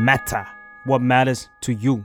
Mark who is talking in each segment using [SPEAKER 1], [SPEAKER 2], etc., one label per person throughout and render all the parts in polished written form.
[SPEAKER 1] matter what matters to you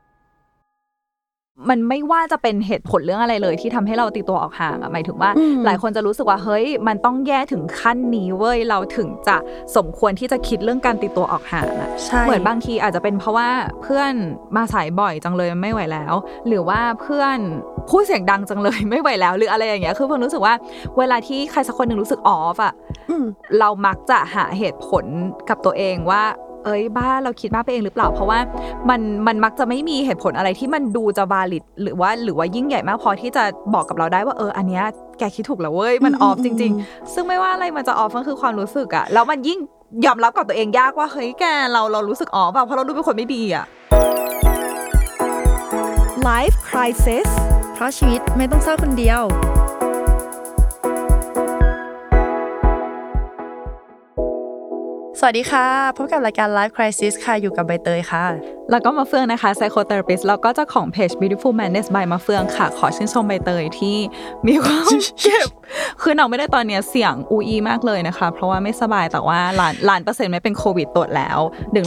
[SPEAKER 2] มันไม่ว่าจะเป็นเหตุผลเรื่องอะไรเลยที่ทำให้เราตีตัวออกห่างหมายถึงว่าหลายคนจะรู้สึกว่าเฮ้ยมันต้องแย่ถึงขั้นนี้เว้ยเราถึงจะสมควรที่จะคิดเรื่องการตีตัวออกห่างเหมือนบางทีอาจจะเป็นเพราะว่าเพื่อนมาสายบ่อยจังเลยไม่ไหวแล้วหรือว่าเพื่อนพูดเสียงดังจังเลยไม่ไหวแล้วหรืออะไรอย่างเงี้ยคือเพิ่งรู้สึกว่าเวลาที่ใครสักคนนึงรู้สึกออฟเรามักจะหาเหตุผลกับตัวเองว่าบ้าเราคิดมากไปเองหรือเปล่าเพราะว่ามันมักจะไม่มีเหตุผลอะไรที่มันดูจะ valid หรือว่ายิ่งใหญ่มากพอที่จะบอกกับเราได้ว่าอันเนี้ยแกคิดถูกแล้วเว้ยมันออฟจริงๆซึ่งไม่ว่าอะไรมันจะออฟมันคือความรู้สึกอะแล้วมันยิ่งยอมรับกับตัวเองยากว่าเฮ้ยแกเรารู้สึกออฟเพราะเราดูเป็นคนไม่ดีอะ
[SPEAKER 3] Life Crisis เพราะชีวิตไม่ต้องเศร้าคนเดียวสวัสดีค่ะพบกับรายการ Life Crisis ค่ะอยู่กับใบเตยค่ะ
[SPEAKER 2] แล้วก็มาเฟืองนะคะ Psychotherapist แล้วก็เจ้าของเพจ Beautiful Madness by มาเฟืองค่ะขอชื่นชมใบเตยที่มีความเก็บคือน้องไม่ได้ตอนนี้เสียงอูอีมากเลยนะคะเพราะว่าไม่สบายแต่ว่าล้าน%ไม่เป็นโควิดตรวจแล้ว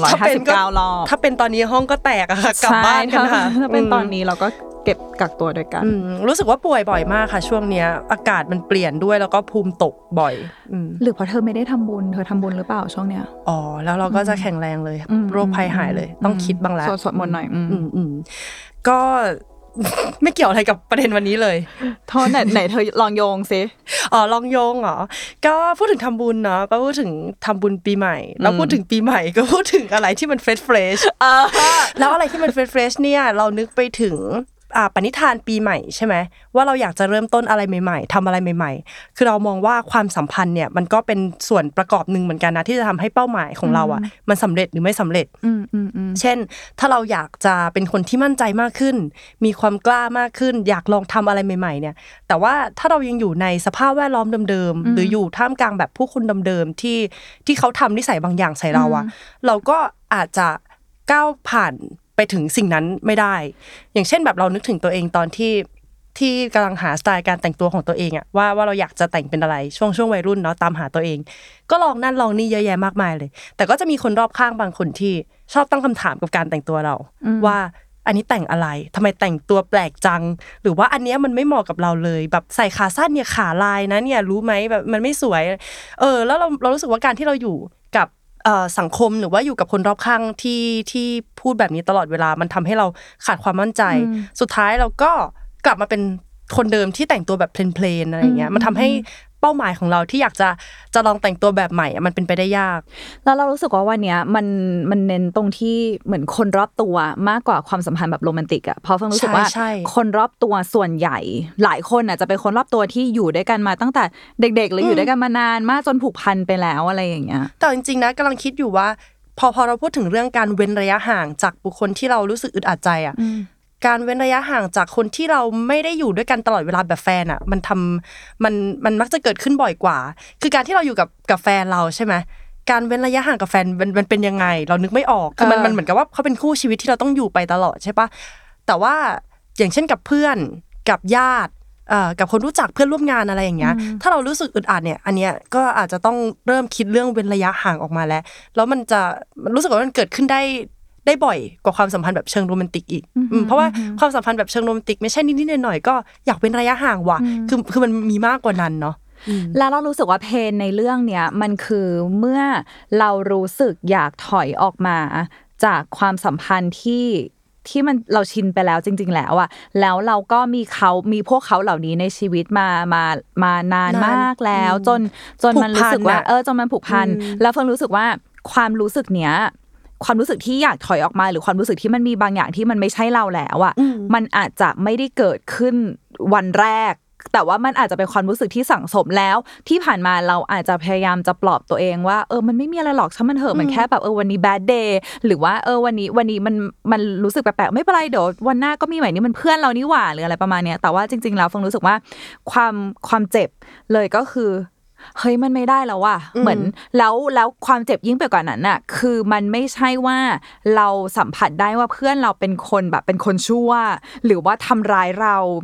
[SPEAKER 2] 159รอบ
[SPEAKER 3] ถ้าเป็นตอนนี้ห้องก็แตกอะค่ะกลับบ้านกันค่ะ
[SPEAKER 2] ถ้าเป็นตอนนี้เราก็เก็บกักตัวด้วยกัน
[SPEAKER 3] รู้สึกว่าป่วยบ่อยมากค่ะช่วงนี้อากาศมันเปลี่ยนด้วยแล้วก็ภูมิตกบ่อย
[SPEAKER 2] หรือเพราะเธอไม่ได้ทำบุญเธอทำบุญหรือเปล่าช่วงเนี้ย
[SPEAKER 3] อ๋อแล้วเราก็จะแข็งแรงเลยโรคภัยหายเลยต้องคิดบ้างแล้ว
[SPEAKER 2] สดมนต์หน่อย
[SPEAKER 3] ก็ไม่เกี่ยวอะไรกับประเด็นวันนี้เลย
[SPEAKER 2] โทษไหนเธอลองโยงซิ
[SPEAKER 3] ลองโยงเหรอก็พูดถึงทำบุญเนาะก็พูดถึงทำบุญปีใหม่แล้วพูดถึงปีใหม่ก็พูดถึงอะไรที่มันเฟรชแล้วอะไรที่มันเฟรชเนี่ยเรานึกไปถึงปณิธานปีใหม่ใช่ไหมว่าเราอยากจะเริ่มต้นอะไรใหม่ๆทำอะไรใหม่ๆคือเรามองว่าความสัมพันธ์เนี่ยมันก็เป็นส่วนประกอบหนึ่งเหมือนกันนะที่จะทำให้เป้าหมายของเรามันสำเร็จหรือไม่สำเร็จเช่นถ้าเราอยากจะเป็นคนที่มั่นใจมากขึ้นมีความกล้ามากขึ้นอยากลองทำอะไรใหม่ๆเนี่ยแต่ว่าถ้าเรายังอยู่ในสภาพแวดล้อมเดิมๆหรืออยู่ท่ามกลางแบบผู้คนเดิมๆที่เขาทำนิสัยบางอย่างใส่เราเราก็อาจจะก้าวผ่านไปถึงสิ่งนั้นไม่ได้อย่างเช่นแบบเรานึกถึงตัวเองตอนที่กำลังหาสไตล์การแต่งตัวของตัวเองอะว่าเราอยากจะแต่งเป็นอะไรช่วงวัยรุ่นเนาะตามหาตัวเองก็ลองนั่นลองนี่เยอะแยะมากมายเลยแต่ก็จะมีคนรอบข้างบางคนที่ชอบตั้งคำถามกับการแต่งตัวเราว่าอันนี้แต่งอะไรทำไมแต่งตัวแปลกจังหรือว่าอันเนี้ยมันไม่เหมาะกับเราเลยแบบใส่ขาสั้นเนี่ยขาลายนะเนี่ยรู้ไหมแบบมันไม่สวยแล้วเรารู้สึกว่าการที่เราอยู่กับสังคมหรือว่าอยู่กับคนรอบข้างที่พูดแบบนี้ตลอดเวลามันทำให้เราขาดความมั่นใจสุดท้ายเราก็กลับมาเป็นคนเดิมที่แต่งตัวแบบเพลนๆอะไรอย่างเงี้ยมันทำให้เป้าหมายของเราที่อยากจะลองแต่งตัวแบบใหม่มันเป็นไปได้ยาก
[SPEAKER 2] แล้วเรารู้สึกว่าวันเนี้ยมันเน้นตรงที่เหมือนคนรอบตัวมากกว่าความสัมพันธ์แบบโรแมนติกอ่ะเพราะเพิ่งรู้สึกว่าคนรอบตัวส่วนใหญ่หลายคนอ่ะจะเป็นคนรอบตัวที่อยู่ด้วยกันมาตั้งแต่เด็กๆหรืออยู่ด้วยกันมานานมากจนผูกพันไปแล้วอะไรอย่างเงี้ย
[SPEAKER 3] แต่จริงๆนะกำลังคิดอยู่ว่าพอเราพูดถึงเรื่องการเว้นระยะห่างจากบุคคลที่เรารู้สึกอึดอัดใจอ่ะการเว้นระยะห่างจากคนที่เราไม่ได้อยู่ด้วยกันตลอดเวลาแบบแฟนอ่ะมันมักจะเกิดขึ้นบ่อยกว่าคือการที่เราอยู่กับแฟนเราใช่ไหมการเว้นระยะห่างกับแฟนมันเป็นยังไงเรานึกไม่ออกคือมันเหมือนกับว่าเขาเป็นคู่ชีวิตที่เราต้องอยู่ไปตลอดใช่ปะแต่ว่าอย่างเช่นกับเพื่อนกับญาติกับคนรู้จักเพื่อนร่วมงานอะไรอย่างเงี้ยถ้าเรารู้สึกอึดอัดเนี่ยอันเนี้ยก็อาจจะต้องเริ่มคิดเรื่องเว้นระยะห่างออกมาแล้วมันรู้สึกว่ามันเกิดขึ้นได้บ่อยกว่าความสัมพันธ์แบบเชิงโรแมนติกอีกเพราะว่าความสัมพันธ์แบบเชิงโรแมนติกไม่ใช่นิดๆหน่อยๆก็อยากเว้นระยะห่างว่ะคือมันมีมากกว่านั้นเนาะ
[SPEAKER 2] แล้วเรารู้สึกว่าเพนในเรื่องเนี้ยมันคือเมื่อเรารู้สึกอยากถอยออกมาจากความสัมพันธ์ที่มันเราชินไปแล้วจริงๆแล้วอ่ะแล้วเราก็มีพวกเขาเหล่านี้ในชีวิตมานานมากแล้วจนมันรู้สึกว่าจนมันผูกพันแล้วเฟิงรู้สึกว่าความรู้สึกเนี้ยความรู้สึกที่อยากถอยออกมาหรือความรู้สึกที่มันมีบางอย่างที่มันไม่ใช่เราแล้วอ่ะมันอาจจะไม่ได้เกิดขึ้นวันแรกแต่ว่ามันอาจจะเป็นความรู้สึกที่สั่งสมแล้วที่ผ่านมาเราอาจจะพยายามจะปลอบตัวเองว่ามันไม่มีอะไรหรอกช่างมันเถอะมันแค่แบบวันนี้ bad day หรือว่าวันนี้มันรู้สึกแปลกๆไม่เป็นไรเดี๋ยววันหน้าก็มีใหม่นี่มันเพื่อนเรานี่หว่าหรืออะไรประมาณเนี้ยแต่ว่าจริงๆแล้วฟงรู้สึกว่าความเจ็บเลยก็คือเฮ้ยมันไม่ได้แล้วว่ะเหมือนแล้วความเจ็บยิ่งไปกว่านั้นน่ะคือมันไม่ใช่ว่าเราสัมผัสได้ว่าเพื่อนเราเป็นคนแบบเป็นคนชั่วหรือว่าทำร้ายเรามี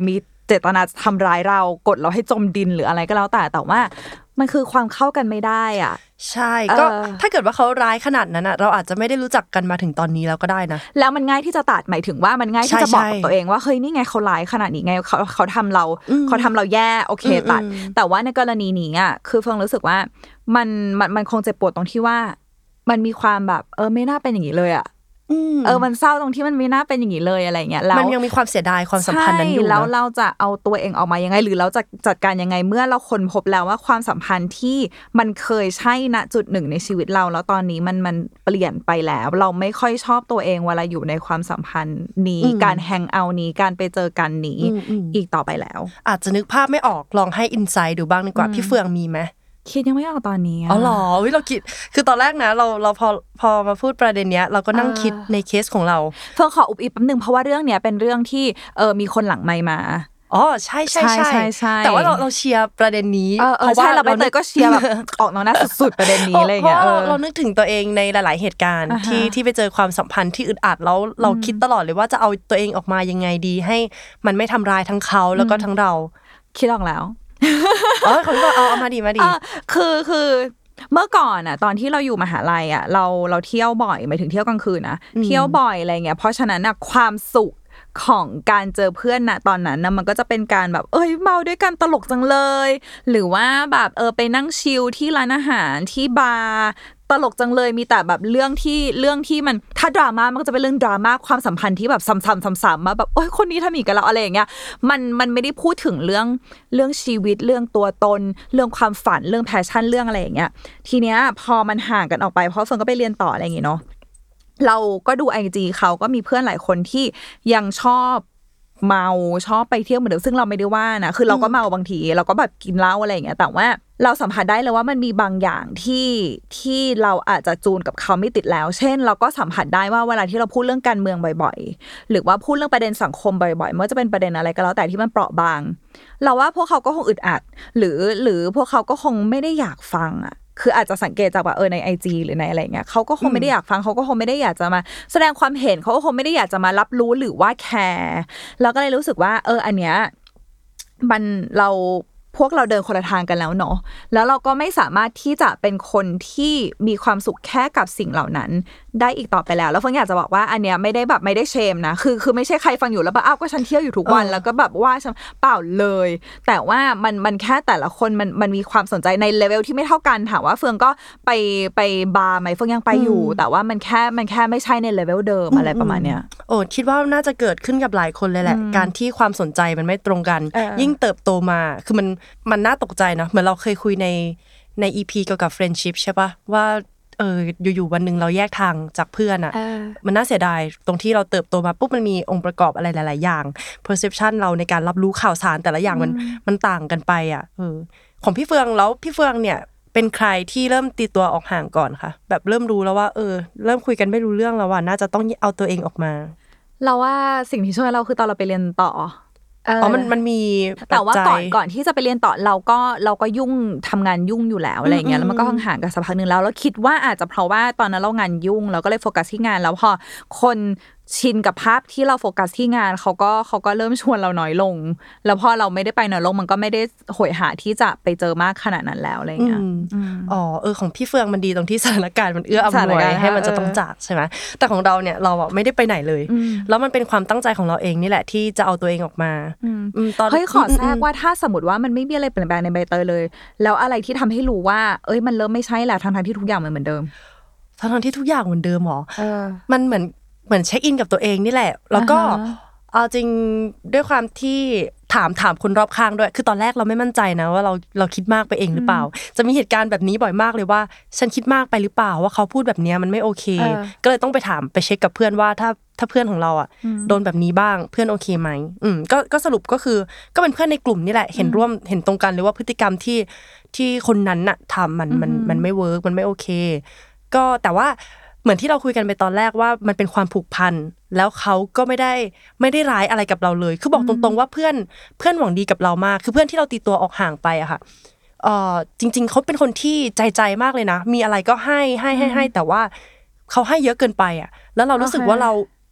[SPEAKER 2] เจตนาทำร้ายเรากดเราให้จมดินหรืออะไรก็แล้วแต่ว่ามันคือความเข้ากันไม่ได้อ่ะ
[SPEAKER 3] ใช่ก็ถ้าเกิดว่าเขาร้ายขนาดนั้นอ่ะเราอาจจะไม่ได้รู้จักกันมาถึงตอนนี้แล้วก็ได้นะ
[SPEAKER 2] แล้วมันง่ายที่จะตัดหมายถึงว่ามันง่ายที่จะบอกกับตัวเองว่าเฮ้ยนี่ไงเขาร้ายขนาดนี้ไงเขาทำเราแย่โอเคตัดแต่ว่าในกรณีนี้อ่ะคือเฟิงรู้สึกว่ามันคงเจ็บปวดตรงที่ว่ามันมีความแบบไม่น่าเป็นอย่างนี้เลยอ่ะมันเศร้าตรงที่มันไม่น่าเป็นอย่างนี้เลยอะไรเงี้ยแล้ว
[SPEAKER 3] มันยังมีความเสียดายความสัมพันธ์นั้นอยู่
[SPEAKER 2] แล้วเราจะเอาตัวเองออกมายังไงหรือเราจะจัดการยังไงเมื่อเราค้นพบแล้วว่าความสัมพันธ์ที่มันเคยใช่ณจุดหนึ่งในชีวิตเราแล้วตอนนี้มันเปลี่ยนไปแล้วเราไม่ค่อยชอบตัวเองเวลาอยู่ในความสัมพันธ์นี้การแฮงเอาท์นี้การไปเจอกันนี้อีกต่อไปแล้ว
[SPEAKER 3] อาจจะนึกภาพไม่ออกลองให้อินไซต์ดูบ้างดีกว่าพี่เฟืองมีไหม
[SPEAKER 2] คิดยังไม่ออกตอนนี้
[SPEAKER 3] อ๋อเหรอเราคิดคือตอนแรกนะเราพอมาพูดประเด็นเนี้ยเราก็นั่งคิดในเคสของเรา
[SPEAKER 2] เพิ่งขออุบอิบแป๊บนึงเพราะว่าเรื่องเนี้ยเป็นเรื่องที่มีคนหลังไมค์มา
[SPEAKER 3] อ๋อใช่แต่ว่าเราเชียร์ประเด็นนี้
[SPEAKER 2] เพราะว่าเราไปเตยก็เชียร์แบบออกน้องหน้าสุดๆประเด็นนี้อะไรอย่างเงี้ย
[SPEAKER 3] เรานึกถึงตัวเองในหลายๆเหตุการณ์ที่ไปเจอความสัมพันธ์ที่อึดอัดแล้วเราคิดตลอดเลยว่าจะเอาตัวเองออกมายังไงดีให้มันไม่ทำร้ายทั้งเขาแล้วก็ทั้งเรา
[SPEAKER 2] คิดออกแล้ว
[SPEAKER 3] เขาบอกเอามาดี
[SPEAKER 2] คือเมื่อก่อนอ่ะตอนที่เราอยู่มหาลัยอ่ะเราเที่ยวบ่อยหมายถึงเที่ยวกลางคืนนะเที่ยวบ่อยอะไรเงี้ยเพราะฉะนั้นอ่ะความสุขของการเจอเพื่อนนะตอนนั้นนะมันก็จะเป็นการแบบเมาด้วยกันตลกจังเลยหรือว่าแบบไปนั่งชิลที่ร้านอาหารที่บาร์ตลกจังเลยมีแต่แบบเรื่องที่มันถ้าดราม่ามันก็จะเป็นเรื่องดราม่าความสัมพันธ์ที่แบบซ้ำๆมาแบบคนนี้ทำอีกกับเราอะไรอย่างเงี้ยมันไม่ได้พูดถึงเรื่องชีวิตเรื่องตัวตนเรื่องความฝันเรื่องแพชชั่นเรื่องอะไรอย่างเงี้ยทีเนี้ยพอมันห่างกันออกไปเพราะเฟิร์นก็ไปเรียนต่ออะไรอย่างเงี้ยเนาะเราก็ดู IG เขาก็มีเพื่อนหลายคนที่ยังชอบเมาชอบไปเที่ยวเหมือนเดิมซึ่งเราไม่ได้ว่านะคือเราก็เมาบางทีเราก็แบบกินเหล้าอะไรอย่างเงี้ยแต่ว่าเราสัมผัสได้เลยว่ามันมีบางอย่างที่เราอาจจะจูนกับเขาไม่ติดแล้วเช่นเราก็สัมผัสได้ว่าเวลาที่เราพูดเรื่องการเมืองบ่อยๆหรือว่าพูดเรื่องประเด็นสังคมบ่อยๆไม่ว่าจะเป็นประเด็นอะไรก็แล้วแต่ที่มันเปราะบางเราว่าพวกเขาก็คงอึดอัดหรือพวกเขาก็คงไม่ได้อยากฟังอ่ะคืออาจจะสังเกตจากว่าใน IG หรือในอะไรเงี้ยเขาก็คงไม่ได้อยากฟังเขาก็คงไม่ได้อยากจะมาแสดงความเห็นเขาก็คงไม่ได้อยากจะมารับรู้หรือว่าแคร์แล้วก็เลยรู้สึกว่าอันเนี้ยมันพวกเราเดินคนละทางกันแล้วเนาะแล้วเราก็ไม่สามารถที่จะเป็นคนที่มีความสุขแค่กับสิ่งเหล่านั้นได้อีกต่อไปแล้วแล้วเฟิร์นอยากจะบอกว่าอันเนี้ยไม่ได้เชมนะคือไม่ใช่ใครฟังอยู่แล้วแบบก็ฉันเที่ยวอยู่ทุกวันแล้วก็แบบว่าฉันเปล่าเลยแต่ว่ามันแค่แต่ละคนมันมีความสนใจในเลเวลที่ไม่เท่ากันถามว่าเฟิร์นก็ไปบาร์ไหมเฟิร์นยังไปอยู่แต่ว่ามันแค่ไม่ใช่ในเลเวลเดิมอะไรประมาณเนี้ย
[SPEAKER 3] คิดว่าน่าจะเกิดขึ้นกับหลายคนเลยแหละการที่ความสนใจมันไม่ตรงกันยิ่งเติบโตมาคือมันน่าตกใจนะเหมือนเราเคยคุยใน EP เกี่ยวกับ friendship ใช่ปะว่าอยู่ๆวันนึงเราแยกทางจากเพื่อนอ่ะมันน่าเสียดายตรงที่เราเติบโตมาปุ๊บมันมีองค์ประกอบอะไรหลายๆอย่าง perception เราในการรับรู้ข่าวสารแต่ละอย่างมันต่างกันไปอ่ะของพี่เฟืองแล้วพี่เฟืองเนี่ยเป็นใครที่เริ่มตีตัวออกห่างก่อนคะแบบเริ่มรู้แล้วว่าเริ่มคุยกันไม่รู้เรื่องแล้วว่าน่าจะต้องเอาตัวเองออกมา
[SPEAKER 2] เราว่าสิ่งที่ช่วยเราคือตอนเราไปเรียนต่อ
[SPEAKER 3] มันมี
[SPEAKER 2] แต่ว่าก่อนที่จะไปเรียนต่อเราก็ยุ่งทำงานยุ่งอยู่แล้วอะไรอย่างเงี้ยแล้วมันก็ห่างกันสักพักนึงแล้วคิดว่าอาจจะเพราะว่าตอนนั้นเรางานยุ่งเราก็เลยโฟกัสที่งานแล้วพอคนชินกับภาพที่เราโฟกัสที่งานเขาก็เริ่มชวนเราน้อยลงแล้วพอเราไม่ได้ไปน้อยลงมันก็ไม่ได้โหยหาที่จะไปเจอมากขนาดนั้นแล้วอะไรเงี้ย
[SPEAKER 3] ของพี่เฟืองมันดีตรงที่สถานการณ์มันเอื้ออำนวยให้มันจะต้องจากใช่ไหมแต่ของเราเนี่ยเราไม่ได้ไปไหนเลยแล้วมันเป็นความตั้งใจของเราเองนี่แหละที่จะเอาตัวเองออกมา
[SPEAKER 2] เฮ้ยขอแทรกว่าถ้าสมมติว่ามันไม่มีอะไรเปลี่ยนแปลงในใบเตยเลยแล้วอะไรที่ทำให้รู้ว่ามันเริ่มไม่ใช่แล้วทั้งที่ทุกอย่างเหมือนเดิม
[SPEAKER 3] ทั้งที่ทุกอย่างเหมือนเดิมหรอมันเหมือนเช็คอินกับตัวเองนี่แหละแล้วก็เอาจริงด้วยความที่ถามคนรอบข้างด้วยคือตอนแรกเราไม่มั่นใจนะว่าเราคิดมากไปเองหรือเปล่าจะมีเหตุการณ์แบบนี้บ่อยมากเลยว่าฉันคิดมากไปหรือเปล่าว่าเขาพูดแบบนี้มันไม่โอเคก็เลยต้องไปถามไปเช็คกับเพื่อนว่าถ้าเพื่อนของเราโดนแบบนี้บ้างเพื่อนโอเคไหมก็สรุปก็คือก็เป็นเพื่อนในกลุ่มนี่แหละเห็นตรงกันเลยว่าพฤติกรรมที่คนนั้นน่ะทำมันไม่เวิร์กมันไม่โอเคก็แต่ว่าเหมือนที่เราคุยกันไปตอนแรกว่ามันเป็นความผูกพันแล้วเขาก็ไม่ได้ร้ายอะไรกับเราเลยคือบอกตรงๆว่าเพื่อนหวังดีกับเรามากคือเพื่อนที่เราตีตัวออกห่างไปอะค่ะจริงๆเขาเป็นคนที่ใจมากเลยนะมีอะไรก็ให้แต่ว่าเขาให้เยอะเกินไปอะแล้วเรารู้สึกว่า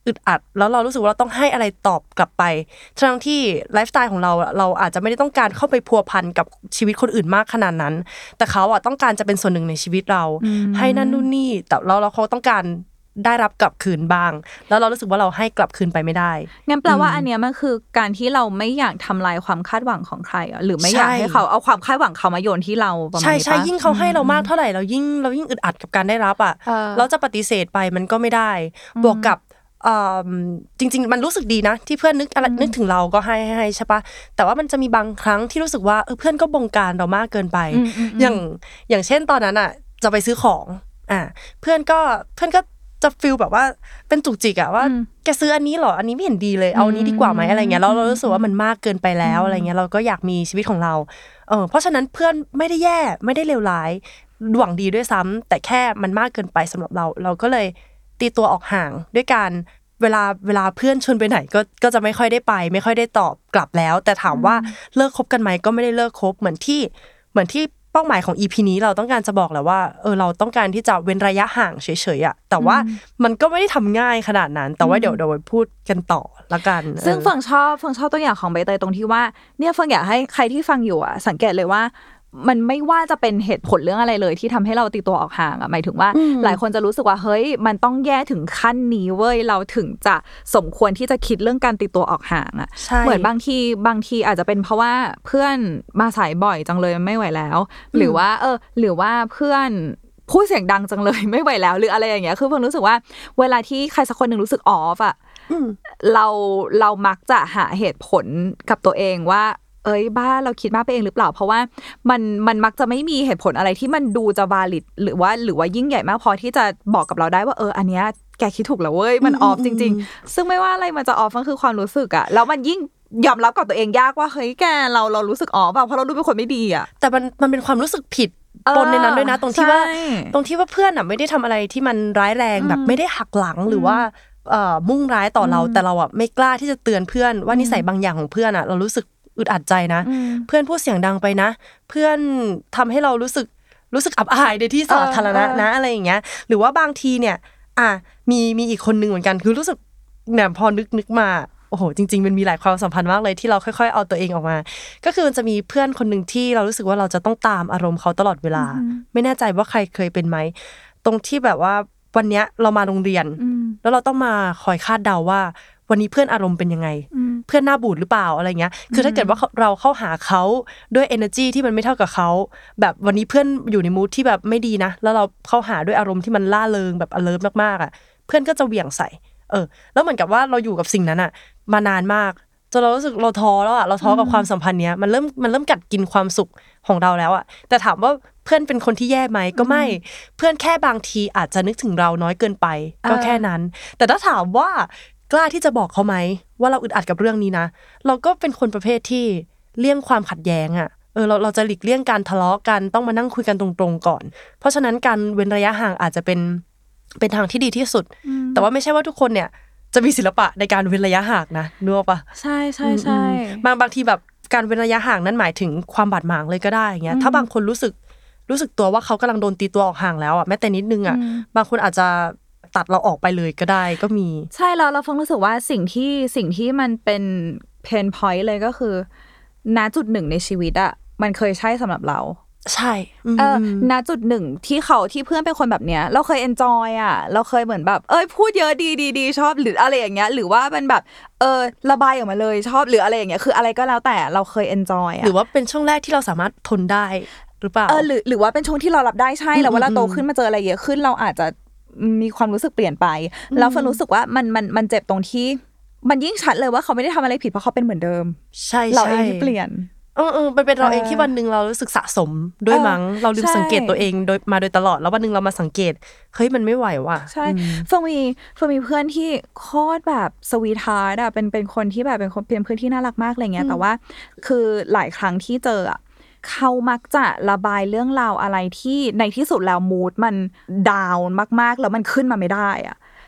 [SPEAKER 3] อึดอัดแล้วเรารู้สึกว่าเราต้องให้อะไรตอบกลับไปทั้งที่ไลฟ์สไตล์ของเราอาจจะไม่ได้ต้องการเข้าไปพัวพันกับชีวิตคนอื่นมากขนาดนั้นแต่เขาอ่ะต้องการจะเป็นส่วนหนึ่งในชีวิตเราให้นั่นนู่นนี่แต่เราเขาต้องการได้รับกลับคืนบ้างแล้วเรารู้สึกว่าเราให้กลับคืนไปไม่ได้
[SPEAKER 2] งั้นแปลว่าอันเนี้ยมันคือการที่เราไม่อยากทำลายความคาดหวังของใครหรือไม่อยากให้เขาเอาความคาดหวังเขามาโยนที่เราประมาณนี้
[SPEAKER 3] ใช่ยิ่งเขาให้เรามากเท่าไหร่เรายิ่งอึดอัดกับการได้รับอ่ะเราจะปฏิเสธไปมันก็ไม่ได้บวกกับจริงๆมันรู้สึกดีนะที่เพื่อนนึกถึงเราก็ให้ใช่ปะแต่ว่ามันจะมีบางครั้งที่รู้สึกว่าเพื่อนก็บงการเรามากเกินไปอย่างเช่นตอนนั้นอ่ะจะไปซื้อของเพื่อนก็จะฟีลแบบว่าเป็นจุกจิกอะว่าแกซื้ออันนี้หรออันนี้ไม่เห็นดีเลยเอาอันนี้ดีกว่าไหมอะไรเงี้ยแล้วเรารู้สึกว่ามันมากเกินไปแล้วอะไรเงี้ยเราก็อยากมีชีวิตของเราเพราะฉะนั้นเพื่อนไม่ได้แย่ไม่ได้เลวร้ายหวังดีด้วยซ้ำแต่แค่มันมากเกินไปสำหรับเราก็เลยตีตัวออกห่างด้วยการเวลาเพื่อนชวนไปไหนก็จะไม่ค่อยได้ไปไม่ค่อยได้ตอบกลับแล้วแต่ถามว่าเลิกคบกันไหมก็ไม่ได้เลิกคบเหมือนที่เป้าหมายของ EP นี้เราต้องการจะบอกแหละว่าเราต้องการที่จะเว้นระยะห่างเฉยๆอ่ะแต่ว่ามันก็ไม่ได้ทำง่ายขนาดนั้นแต่ว่าเดี๋ยวพูดกันต่อละกัน
[SPEAKER 2] ซึ่งเฟิงชอบตัวอย่างของใบเตยตรงที่ว่าเนี่ยเฟิงอยากให้ใครที่ฟังอยู่สังเกตเลยว่ามันไม่ว่าจะเป็นเหตุผลเรื่องอะไรเลยที่ทำให้เราตีตัวออกห่างหมายถึงว่าหลายคนจะรู้สึกว่าเฮ้ยมันต้องแย่ถึงขั้นนี้เว้ยเราถึงจะสมควรที่จะคิดเรื่องการตีตัวออกห่างเหมือนบางทีอาจจะเป็นเพราะว่าเพื่อนมาสายบ่อยจังเลยไม่ไหวแล้วหรือว่าเพื่อนพูดเสียงดังจังเลยไม่ไหวแล้วหรืออะไรอย่างเงี้ยคือเพิ่งรู้สึกว่าเวลาที่ใครสักคนนึงรู้สึกออฟเรามักจะหาเหตุผลกับตัวเองว่าบ้าเราคิดมากไปเองหรือเปล่าเพราะว่ามันมักจะไม่มีเหตุผลอะไรที่มันดูจะ valid หรือว่ายิ่งใหญ่มากพอที่จะบอกกับเราได้ว่าอันเนี้ยแกคิดถูกแล้วเว้ยมันออฟจริงๆซึ่งไม่ว่าอะไรมันจะออฟมันคือความรู้สึกอะแล้วมันยิ่งยอมรับกับตัวเองยากว่าเฮ้ยแกเรารู้สึกออฟเพราะเราดูเป็นคนไม่ดีอะ
[SPEAKER 3] แต่มันเป็นความรู้สึกผิดปนในนั้นด้วยนะตรงที่ว่าเพื่อนอะไม่ได้ทำอะไรที่มันร้ายแรงแบบไม่ได้หักหลังหรือว่ามุ่งร้ายต่อเราแต่เราอะไม่กล้าที่จะเตือนเพื่อนว่านิสัยบางอย่างของเพื่อนอะเรารู้สึกอึดอัดใจนะเพื่อนพูดเสียงดังไปนะเพื่อนทำให้เรารู้สึกอับอายในที่สาธารณะนะอะไรอย่างเงี้ยหรือว่าบางทีเนี่ยมีอีกคนนึงเหมือนกันคือรู้สึกเนี่ยพอนึกมาโอ้โหจริงๆมันมีหลายความสัมพันธ์มากเลยที่เราค่อยๆเอาตัวเองออกมาก็คือมันจะมีเพื่อนคนนึงที่เรารู้สึกว่าเราจะต้องตามอารมณ์เขาตลอดเวลาไม่แน่ใจว่าใครเคยเป็นไหมตรงที่แบบว่าวันเนี้ยเรามาโรงเรียนแล้วเราต้องมาคอยคาดเดาว่าวันนี้เพื่อนอารมณ์เป็นยังไงเพื่อนหน้าบูดหรือเปล่าอะไรเงี้ยคือถ้าเกิดว่าเราเข้าหาเขาด้วย energy ที่มันไม่เท่ากับเขาแบบวันนี้เพื่อนอยู่ในมูดที่แบบไม่ดีนะแล้วเราเข้าหาด้วยอารมณ์ที่มันล่าเริงแบบ alert มากๆอ่ะเพื่อนก็จะเหวี่ยงใส่แล้วเหมือนกับว่าเราอยู่กับสิ่งนั้นอ่ะมานานมากจนเรารู้สึกเราท้อแล้วอ่ะเราท้อกับความสัมพันธ์เนี้ยมันเริ่มกัดกินความสุขของเราแล้วอ่ะแต่ถามว่าเพื่อนเป็นคนที่แย่ไหมก็ไม่เพื่อนแค่บางทีอาจจะนึกถึงเราน้อยเกินไปก็แค่นั้นแต่ถ้าถามว่ากล้าที่จะบอกเขาไหมว่าเราอึดอัดกับเรื่องนี้นะเราก็เป็นคนประเภทที่เลี่ยงความขัดแย้งอ่ะเราจะหลีกเลี่ยงการทะเลาะกันต้องมานั่งคุยกันตรงๆก่อนเพราะฉะนั้นการเว้นระยะห่างอาจจะเป็นทางที่ดีที่สุดแต่ว่าไม่ใช่ว่าทุกคนเนี่ยจะมีศิลปะในการเว้นระยะห่างนะนึกออกปะ
[SPEAKER 2] ใช่ใช่ใช่
[SPEAKER 3] บางทีแบบการเว้นระยะห่างนั้นหมายถึงความบาดหมางเลยก็ได้อย่างเงี้ยถ้าบางคนรู้สึกตัวว่าเขากำลังโดนตีตัวออกห่างแล้วอ่ะแม้แต่นิดนึงอ่ะบางคนอาจจะตัดเราออกไปเลยก็ได้ก็มี
[SPEAKER 2] ใช่แล้วเราฟังรู้สึกว่าสิ่งที่มันเป็นเพนพอยต์เลยก็คือณจุดหนึ่งในชีวิตอ่ะมันเคยใช่สำหรับเรา
[SPEAKER 3] ใช่
[SPEAKER 2] ณจุดหนึ่งที่เพื่อนเป็นคนแบบเนี้ยเราเคยเอนจอยอ่ะเราเคยเหมือนแบบพูดเยอะดีชอบหรืออะไรอย่างเงี้ยหรือว่าเป็นแบบระบายออกมาเลยชอบหรืออะไรอย่างเงี้ยคืออะไรก็แล้วแต่เราเคยเอนจอยอ่ะ
[SPEAKER 3] หรือว่าเป็นช่วงแรกที่เราสามารถทนได้หรือเปล่า
[SPEAKER 2] หรือว่าเป็นช่วงที่เรารับได้ใช่แล้วเวลาโตขึ้นมาเจออะไรเยอะขึ้นเราอาจจะมีความรู้สึกเปลี่ยนไปแล้วฟันรู้สึกว่ามันเจ็บตรงที่มันยิ่งชัดเลยว่าเขาไม่ได้ทำอะไรผิดเพราะเขาเป็นเหมือนเดิม
[SPEAKER 3] ใช่
[SPEAKER 2] เราเองที่เปลี่ยน
[SPEAKER 3] มันเป็นเราเองที่วันนึงเรารู้สึกสะสมด้วยมั้งเราลืมสังเกตตัวเองโดยตลอดแล้ววันนึงเรามาสังเกตเฮ้ยมันไม่ไหวว่ะ
[SPEAKER 2] ใช่ฟังมีเพื่อนที่โคตรแบบสวีทฮาร์ทเป็นคนที่แบบเป็นเพื่อนที่น่ารักมากอะไรเงี้ยแต่ว่าคือหลายครั้งที่เจอเขามักจะระบายเรื่องราวอะไรที่ในที่สุดแล้วมูดมันดาวน์มากๆแล้วมันขึ้นมาไม่ได้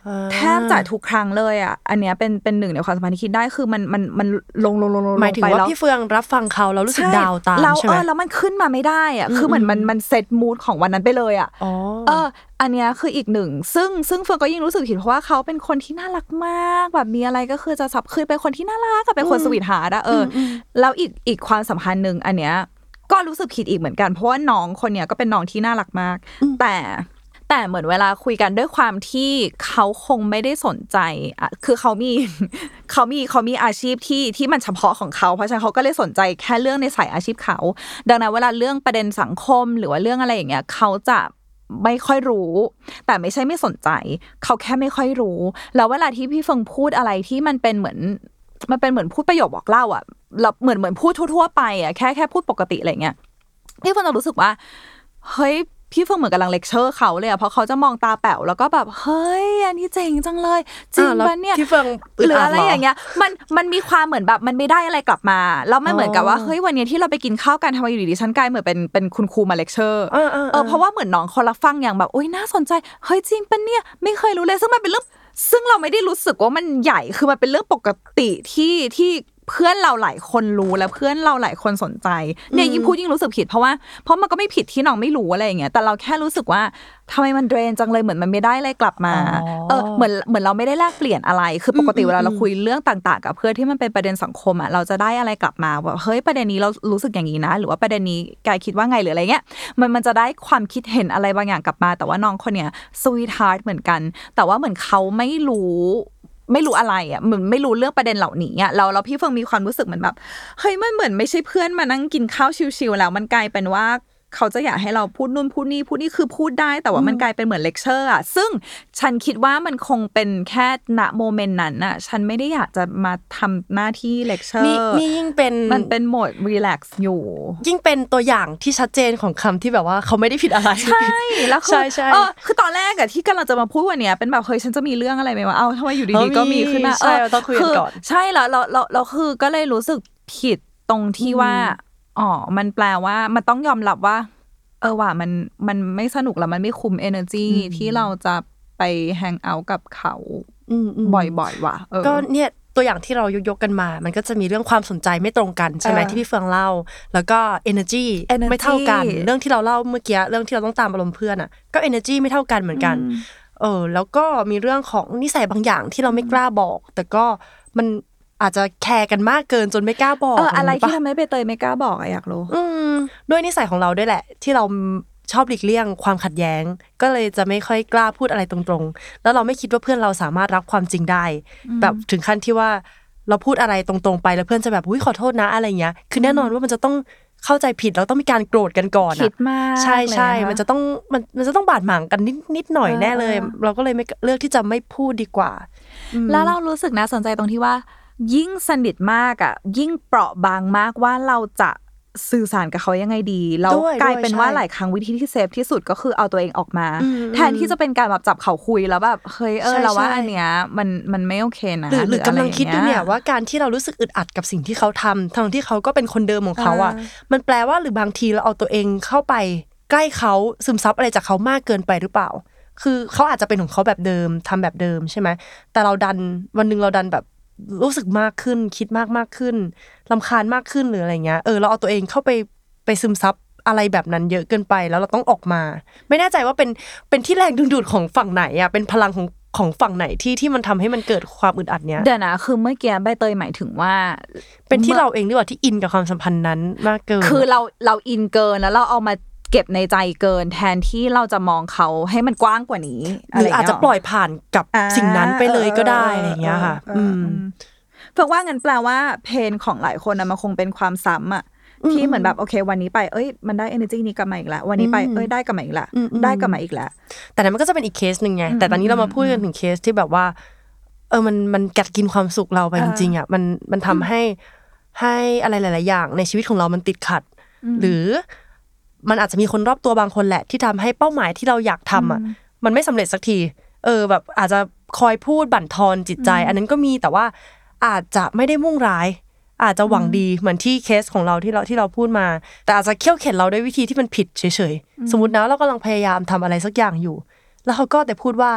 [SPEAKER 2] แทบจะทุกครั้งเลยอ่ะอันเนี้ยเป็นหนึ่งในความสัมพันธ์ที่คิดได้คือมันลง
[SPEAKER 3] หมายถึงว่าพี่เฟืองรับฟังเขาแล้วรู้สึกดาวตามใช่ไหม
[SPEAKER 2] แล้วมันขึ้นมาไม่ได้อ่ะคือเหมือนมันเซตมูดของวันนั้นไปเลยอ่ะอันเนี้ยคืออีกหนึ่งซึ่งเฟืองก็ยิ่งรู้สึกผิดเพราะว่าเขาเป็นคนที่น่ารักมากแบบมีอะไรก็คือจะซับคือเป็นคนที่น่ารักกับเป็นคนสวีทฮาร์ทอ่ะแล้วอีกความสัมพันธ์นึงอันเนี้ยก็รู้สึกผิดอีกเหมือนกันเพราะว่าน้องคนเนี้ยก็เป็นน้องที่น่ารักมากแต่เหมือนเวลาคุยกันด้วยความที่เขาคงไม่ได้สนใจคือเขามีอาชีพที่มันเฉพาะของเขาเพราะฉะนั้นเขาก็เลยสนใจแค่เรื่องในสายอาชีพเขาดังนั้นเวลาเรื่องประเด็นสังคมหรือว่าเรื่องอะไรอย่างเงี้ยเขาจะไม่ค่อยรู้แต่ไม่ใช่ไม่สนใจเขาแค่ไม่ค่อยรู้แล้วเวลาที่พี่เฟิงพูดอะไรที่มันเป็นเหมือนพูดประโยคบอกเล่าอ่ะแล้วเหมือนพูดทั่วๆไปอ่ะแค่พูดปกติอะไรเงี้ยพี่เฟิงจะรู้สึกว่าเฮ้ยพี่เฟิงเหมือนกำลังเลคเชอร์เขาเลยอ่ะเพราะเขาจะมองตาแป๋วแล้วก็แบบเฮ้ยอันนี้เจ๋งจังเลยจริงปะเนี่ย
[SPEAKER 3] พี่เฟิง
[SPEAKER 2] หรืออะไรอย่างเงี้ยมันมีความเหมือนแบบมันไม่ได้อะไรกลับมาแล้วมันเหมือนกับว่าเฮ้ยวันนี้ที่เราไปกินข้าวกันทำไมอยู่ดีๆฉันกลายเหมือนเป็นคุณครูมาเลคเชอร์เพราะว่าเหมือนน้องเขารับฟังอย่างแบบโอ๊ยน่าสนใจเฮ้ยจริงปะเนี่ยไม่เคยรู้เลยซึ่งมันเป็นเรื่องซึ่งเราไม่ได้รู้สึกว่ามันใหญ่คือมันเป็นเรื่องปกติที่เพื่อนเราหลายคนรู้และเพื่อนเราหลายคนสนใจเนี่ยยิ่งพูดยิ่งรู้สึกผิดเพราะมันก็ไม่ผิดที่น้องไม่รู้อะไรอย่างเงี้ยแต่เราแค่รู้สึกว่าทำไมมันเดรนจังเลยเหมือนมันไม่ได้อะไรกลับมาเหมือนเราไม่ได้แลกเปลี่ยนอะไรคือปกติเวลาเราคุยเรื่องต่างๆกับเพื่อนที่มันเป็นประเด็นสังคมอ่ะเราจะได้อะไรกลับมาว่าเฮ้ยประเด็นนี้เรารู้สึกอย่างนี้นะหรือว่าประเด็นนี้กายคิดว่าไงหรืออะไรเงี้ยมันจะได้ความคิดเห็นอะไรบางอย่างกลับมาแต่ว่าน้องคนเนี้ยสวีทฮาร์ทเหมือนกันแต่ว่าเหมือนเขาไม่รู้อะไรอ่ะเหมือนไม่รู้เรื่องประเด็นเหล่านี้อ่ะเราพี่เฟิงมีความรู้สึกเหมือนแบบเฮ้ยมันเหมือนไม่ใช่เพื่อนมานั่งกินข้าวชิวๆแล้วมันกลายเป็นว่าเขาจะอยากให้เราพูดนู่นพูดนี่คือพูดได้แต่ว่ามันกลายเป็นเหมือนเลคเชอร์อ่ะซึ่งฉันคิดว่ามันคงเป็นแค่ณโมเมนต์นั้นน่ะฉันไม่ได้อยากจะมาทำหน้าที่เลคเชอร์
[SPEAKER 3] นี่ยิ่งเป็น
[SPEAKER 2] มันเป็นโหมดรีแลกซ์อยู่
[SPEAKER 3] ยิ่งเป็นตัวอย่างที่ชัดเจนของคำที่แบบว่าเขาไม่ได้ผิดอะไร
[SPEAKER 2] ใช่แล้วคือตอนแรกอะที่กำลังจะมาพูดวันเนี้ยเป็นแบบเฮ้ยฉันจะมีเรื่องอะไรไหมวะทำไมอยู่ดีๆก็มีขึ้นมา
[SPEAKER 3] ใช่ต้องคุยกันก่อน
[SPEAKER 2] ใช่แล้วเราคือก็เลยรู้สึกผิดตรงที่ว่ามันแปลว่ามันต้องยอมรับว่าว่ามันไม่สนุกแล้วมันไม่คุ้ม energy ที่เราจะไปแฮงเอาท์กับเขาบ่อยๆว่ะ
[SPEAKER 3] ก็เนี่ยตัวอย่างที่เรายกกันมามันก็จะมีเรื่องความสนใจไม่ตรงกันใช่ไหมที่พี่เฟืองเล่าแล้วก็ energy ไม่เท่ากันเรื่องที่เราเล่าเมื่อกี้เรื่องที่เราต้องตามอารมณ์เพื่อนอ่ะก็ energy ไม่เท่ากันเหมือนกันแล้วก็มีเรื่องของนิสัยบางอย่างที่เราไม่กล้าบอกแต่ก็มันอาจจะแคร์กันมากเกินจนไม่กล้าบอก
[SPEAKER 2] อะไรที่ทำให้ใบเตยไม่กล้าบอกอยากรู้
[SPEAKER 3] ด้วยนิสัยของเราด้วยแหละที่เราชอบหลีกเลี่ยงความขัดแย้งก็เลยจะไม่ค่อยกล้าพูดอะไรตรงๆแล้วเราไม่คิดว่าเพื่อนเราสามารถรับความจริงได้แบบถึงขั้นที่ว่าเราพูดอะไรตรงๆไปแล้วเพื่อนจะแบบอุ๊ยขอโทษนะอะไรเงี้ยคือแน่นอนว่ามันจะต้องเข้าใจผิดแล้วต้องมีการโกรธกันก่อน
[SPEAKER 2] คิดมาก
[SPEAKER 3] ใช่ๆมันจะต้องบาดหมางกันนิดหน่อยแน่เลยเราก็เลยไม่เลือกที่จะไม่พูดดีกว่า
[SPEAKER 2] แล้วเรารู้สึกน่าสนใจตรงที่ว่ายิ่งสนิทมากอ่ะยิ่งเปราะบางมากว่าเราจะสื่อสารกับเขายังไงดีแล้วกลายเป็นว่าหลายครั้งวิธีที่เซฟที่สุดก็คือเอาตัวเองออกมาแทนที่จะเป็นการแบบจับเขาคุยแล้วแบบเฮ้ยเราว่าอันเนี้ยมันไม่โอเคนะ
[SPEAKER 3] หรือกำลังคิดดูเนี่ยว่าการที่เรารู้สึกอึดอัดกับสิ่งที่เขาทำทั้งที่เขาก็เป็นคนเดิมของเขาอ่ะมันแปลว่าหรือบางทีเราเอาตัวเองเข้าไปใกล้เขาซึมซับอะไรจากเขามากเกินไปหรือเปล่าคือเขาอาจจะเป็นของเขาแบบเดิมทำแบบเดิมใช่ไหมแต่เราดันวันนึงเราดันแบบรู้สึกมากขึ้นคิดมากขึ้นรำคาญมากขึ้นหรืออะไรเงี้ยเราเอาตัวเองเข้าไปซึมซับอะไรแบบนั้นเยอะเกินไปแล้วเราต้องออกมาไม่แน่ใจว่าเป็นที่แรงดึงดูดของฝั่งไหนอ่ะเป็นพลังของฝั่งไหนที่มันทำให้มันเกิดความอึดอัดเนี้ย
[SPEAKER 2] เดี๋ยวนะคือเมื่อกี้ใบเตยหมายถึงว่า
[SPEAKER 3] เป็นที่เราเองหรือว่าที่อินกับความสัมพันธ์นั้นมากเกิน
[SPEAKER 2] คือเราอินเกินแล้วเราเอามาเก็บในใจเกินแทนที่เราจะมองเขาให้มันกว้างกว่านี้
[SPEAKER 3] หรืออาจจะปล่อยผ่านกับสิ่งนั้นไปเลยก็ได้อะไรเงี้ยค่ะ
[SPEAKER 2] เพราะว่างั้นแปลว่าเพนของหลายคนมันคงเป็นความซ้ำอ่ะที่เหมือนแบบโอเควันนี้ไปมันได้ energy นี้กลับมาอีกแล้ววันนี้ไปได้กลับมาอีกแล้วได้กลับมาอีกแล้ว
[SPEAKER 3] แต่นั้นมันก็จะเป็นอีกเคสนึงไงแต่ตอนนี้เรามาพูดกันถึงเคสที่แบบว่ามันกัดกินความสุขเราไปจริงๆอ่ะมันทำให้อะไรหลายๆอย่างในชีวิตของเรามันติดขัดหรือมันอาจจะมีคนรอบตัวบางคนแหละที่ทำให้เป้าหมายที่เราอยากทำอ่ะมันไม่สำเร็จสักทีแบบอาจจะคอยพูดบั่นทอนจิตใจอันนั้นก็มีแต่ว่าอาจจะไม่ได้มุ่งร้ายอาจจะหวังดีเหมือนที่เคสของเราที่เราพูดมาแต่อาจจะเคี่ยวเข็นเราด้วยวิธีที่มันผิดเฉยๆสมมตินะเรากำลังพยายามทำอะไรสักอย่างอยู่แล้วเขาก็แต่พูดว่า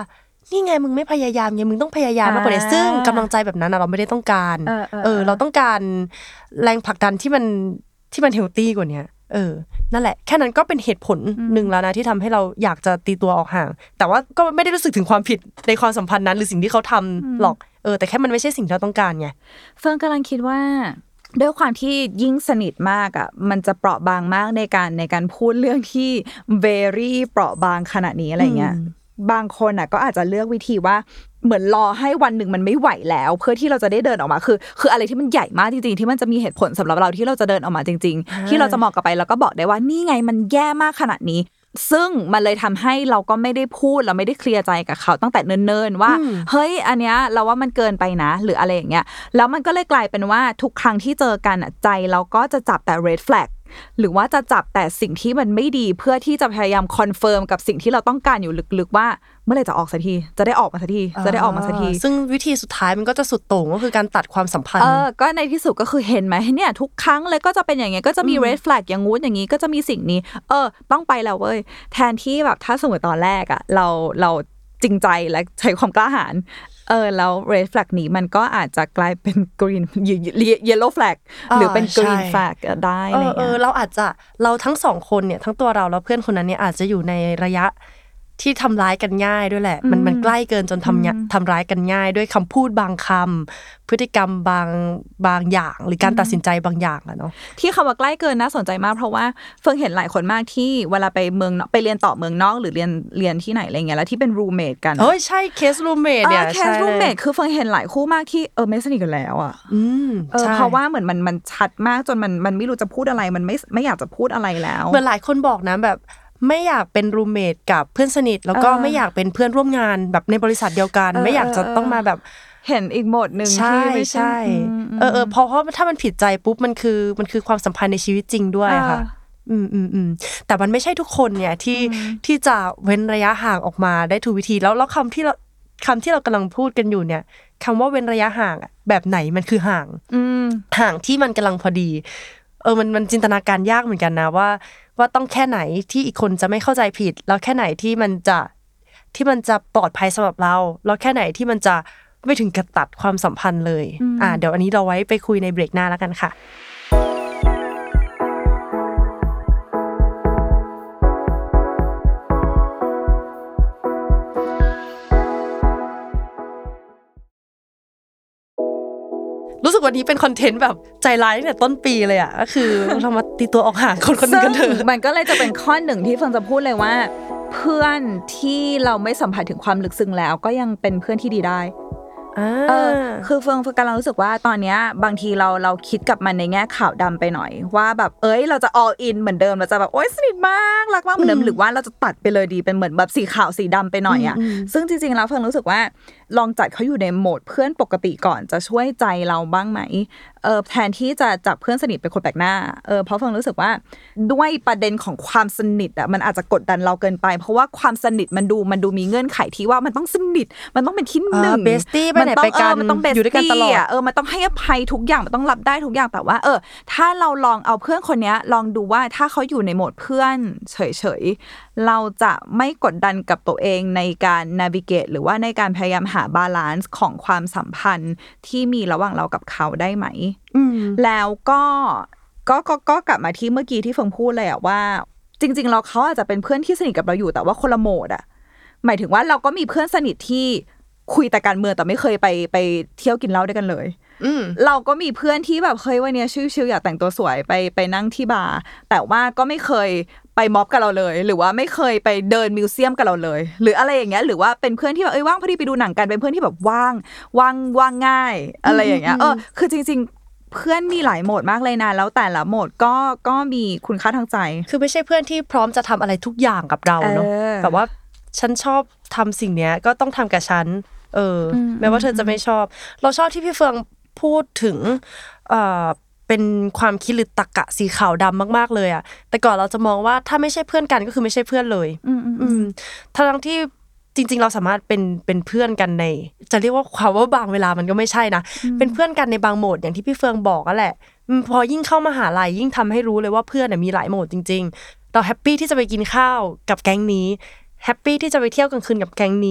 [SPEAKER 3] นี่ไงมึงไม่พยายามไงมึงต้องพยายามมากกว่านี้ซึ่งกำลังใจแบบนั้นเราไม่ได้ต้องการเราต้องการแรงผลักดันที่มันเฮลตี้กว่านี้นั่นแหละแค่นั้นก็เป็นเหตุผลหนึ่งแล้วนะที่ทำให้เราอยากจะตีตัวออกห่างแต่ว่าก็ไม่ได้รู้สึกถึงความผิดในความสัมพันธ์นั้นหรือสิ่งที่เขาทำหรอกแต่แค่มันไม่ใช่สิ่งที่เราต้องการไง
[SPEAKER 2] เฟิร์นกำลังคิดว่าด้วยความที่ยิ่งสนิทมากอ่ะมันจะเปราะบางมากในการพูดเรื่องที่ very เปราะบางขนาดนี้อะไรเงี้ยบางคนอ่ะก็อาจจะเลือกวิธีว่าเหมือนรอให้วันหนึ่งมันไม่ไหวแล้วเพื่อที่เราจะได้เดินออกมาคืออะไรที่มันใหญ่มากจริงๆที่มันจะมีเหตุผลสำหรับเราที่เราจะเดินออกมาจริงๆที่เราจะมองกลับไปแล้วก็บอกได้ว่านี่ไงมันแย่มากขนาดนี้ซึ่งมันเลยทำให้เราก็ไม่ได้พูดเราไม่ได้เคลียร์ใจกับเขาตั้งแต่เนิ่นๆว่าเฮ้ยอันเนี้ยเราว่ามันเกินไปนะหรืออะไรอย่างเงี้ยแล้วมันก็เลยกลายเป็นว่าทุกครั้งที่เจอกันใจเราก็จะจับแต่ red flag หรือว่าจะจับแต่สิ่งที่มันไม่ดีเพื่อที่จะพยายามคอนเฟิร์มกับสิ่งที่เราต้องการอยู่ลึกๆว่าเมื่อไหร่จะออกสักทีจะได้ออกมาสักทีจะได้ออกมาสักที
[SPEAKER 3] ซึ่งวิธีสุดท้ายมันก็จะสุดโต่งก็คือการตัดความสัมพันธ์
[SPEAKER 2] ก็ในที่สุดก็คือเห็นไหมเนี่ยทุกครั้งเลยก็จะเป็นอย่างเงี้ยก็จะมี red flag อย่างงู้นอย่างงี้ก็จะมีสิ่งนี้ต้องไปแล้วเว้ยแทนที่แบบถ้าสมมติตอนแรกอ่ะเราจริงใจและใช้ความกล้าหาญแล้ว red flag นี้มันก็อาจจะกลายเป็น green yellow flag หรือเป็น green flag ได้อะไรเงี้ย
[SPEAKER 3] เราทั้งสองคนเนี่ยทั้งตัวเราแล้วเพื่อนคนนั้นเนี่ยอาจจะอยู่ในระยะที่ทำร้ายกันง่ายด้วยแหละมันใกล้เกินจนทำร้ายกันง่ายด้วยคำพูดบางคำพฤติกรรมบางอย่างหรือการตัดสินใจบางอย่างอะเนาะ
[SPEAKER 2] ที่คำว่าใกล้เกินน่าสนใจมากเพราะว่าเฟิงเห็นหลายคนมากที่เวลาไปเรียนต่อเมืองนอกหรือเรียนที่ไหนอะไรเงี้ยแล้วที่เป็นรูมเมทกัน
[SPEAKER 3] ใช่เคสรูมเมทเนี่ย
[SPEAKER 2] เคสรูมเมทคือเฟิงเห็นหลายคู่มากที่ไม่สนิทกันแล้วอ่ะเพราะว่าเหมือนมันชัดมากจนมันไม่รู้จะพูดอะไรมันไม่อยากจะพูดอะไรแล้ว
[SPEAKER 3] เหมือนหลายคนบอกนะแบบไม่อยากเป็นรูมเมทกับเพื่อนสนิทแล้วก็ไม่อยากเป็นเพื่อนร่วมงานแบบในบริษัทเดียวกันไม่อยากจะต้องมาแบบ
[SPEAKER 2] เห็นอีกโหมดนึงที่ไม่ใช่
[SPEAKER 3] เพราะถ้ามันผิดใจปุ๊บมันคือความสัมพันธ์ในชีวิตจริงด้วยค่ะแต่มันไม่ใช่ทุกคนเนี่ยที่จะเว้นระยะห่างออกมาได้ถูกวิธีแล้วคำที่เรากำลังพูดกันอยู่เนี่ยคำว่าเว้นระยะห่างแบบไหนมันคือห่างที่มันกำลังพอดีมันจินตนาการยากเหมือนกันนะว่าต้องแค่ไหนที่อีกคนจะไม่เข้าใจผิดแล้วแค่ไหนที่มันจะปลอดภัยสำหรับเราแล้วแค่ไหนที่มันจะไม่ถึงกับตัดความสัมพันธ์เลยเดี๋ยวอันนี้เราไว้ไปคุยในเบรกหน้าแล้วกันค่ะรู้สึกวันนี้เป็นคอนเทนต์แบบใจร้ายตั้งแต่ต้นปีเลยก็คือเรามาตีตัวออกห่างคนนึงกันเถอะ
[SPEAKER 2] มันก็เลยจะเป็นข้อหนึ่งที่เฟิงจะพูดเลยว่าเพื่อนที่เราไม่สัมผัสถึงความลึกซึ้งแล้วก็ยังเป็นเพื่อนที่ดีได้คือเฟิงกำลังรู้สึกว่าตอนนี้บางทีเราคิดกับมันในแง่ขาวดำไปหน่อยว่าแบบเราจะ all in เหมือนเดิมเราจะแบบสนิทมากรักมากเหมือนเดิมหรือว่าเราจะตัดไปเลยดีเป็นเหมือนแบบสีขาวสีดำไปหน่อยซึ่งจริงๆแล้วเฟิงรู้สึกว่าลองจัดเขาอยู่ในโหมดเพื่อนปกติก่อนจะช่วยใจเราบ้างไหมแทนที่จะจับเพื่อนสนิทเป็นคนแปลกหน้าเพราะเฟิงรู้สึกว่าด้วยประเด็นของความสนิทมันอาจจะกดดันเราเกินไปเพราะว่าความสนิทมันดูมีเงื่อนไขที่ว่ามันต้องสนิทมันต้องเป็นที่หนึ่ง
[SPEAKER 3] เบสตี้ไปไหนไปกัน
[SPEAKER 2] มันต้องอยู่ด้วยกันตลอดมันต้องให้อภัยทุกอย่างมันต้องรับได้ทุกอย่างแต่ว่าถ้าเราลองเอาเพื่อนคนนี้ลองดูว่าถ้าเขาอยู่ในโหมดเพื่อนเฉยๆเราจะไม่กดดันกับตัวเองในการ navigate หรือว่าในการพยายามหาบาลานซ์ของความสัมพันธ์ที่มีระหว่างเรากับเขาได้ไหมแล้วก็กลับมาที่เมื่อกี้ที่เฟิงพูดเลยว่าจริงๆเราเขาอาจจะเป็นเพื่อนที่สนิทกับเราอยู่แต่ว่าคนละโหมดหมายถึงว่าเราก็มีเพื่อนสนิทที่คุยแต่การเมืองแต่ไม่เคยไปเที่ยวกินเหล้าด้วยกันเลยเราก็มีเพื่อนที่แบบเฮ้ยวันนี้ชิลๆอยากแต่งตัวสวยไปนั่งที่บาร์แต่ว่าก็ไม่เคยไปม็อบกับเราเลยหรือว่าไม่เคยไปเดินมิวเซียมกับเราเลยหรืออะไรอย่างเงี้ยหรือว่าเป็นเพื่อนที่แบบว่างพอดีไปดูหนังกันเป็นเพื่อนที่แบบว่างง่ายอะไรอย่างเงี้ยคือจริงๆเพื่อนมีหลายโหมดมากเลยนะแล้วแต่ละโหมดก็มีคุณค่าทางใจ
[SPEAKER 3] คือไม่ใช่เพื่อนที่พร้อมจะทำอะไรทุกอย่างกับเราเนาะแบบว่าฉันชอบทำสิ่งเนี้ยก็ต้องทำกับฉันแม้ว่าเธอจะไม่ชอบเราชอบที่พี่เฟืองพูดถึงเป็นความคิดหรือตรรกะสีขาวดำมากๆเลยแต่ก่อนเราจะมองว่าถ้าไม่ใช่เพื่อนกันก็คือไม่ใช่เพื่อนเลยทั้งที่จริงๆเราสามารถเป็นเพื่อนกันในจะเรียกว่าความว่าบางเวลามันก็ไม่ใช่นะเป็นเพื่อนกันในบางโหมดอย่างที่พี่เฟืองบอกนั่นแหละพอยิ่งเข้ามหาลัยยิ่งทำให้รู้เลยว่าเพื่อนมีหลายโหมดจริงๆเราแฮปปี้ที่จะไปกินข้าวกับแก๊งนี้แฮปปี้ที่จะไปเที่ยวกลางคืนกับแก๊งนี้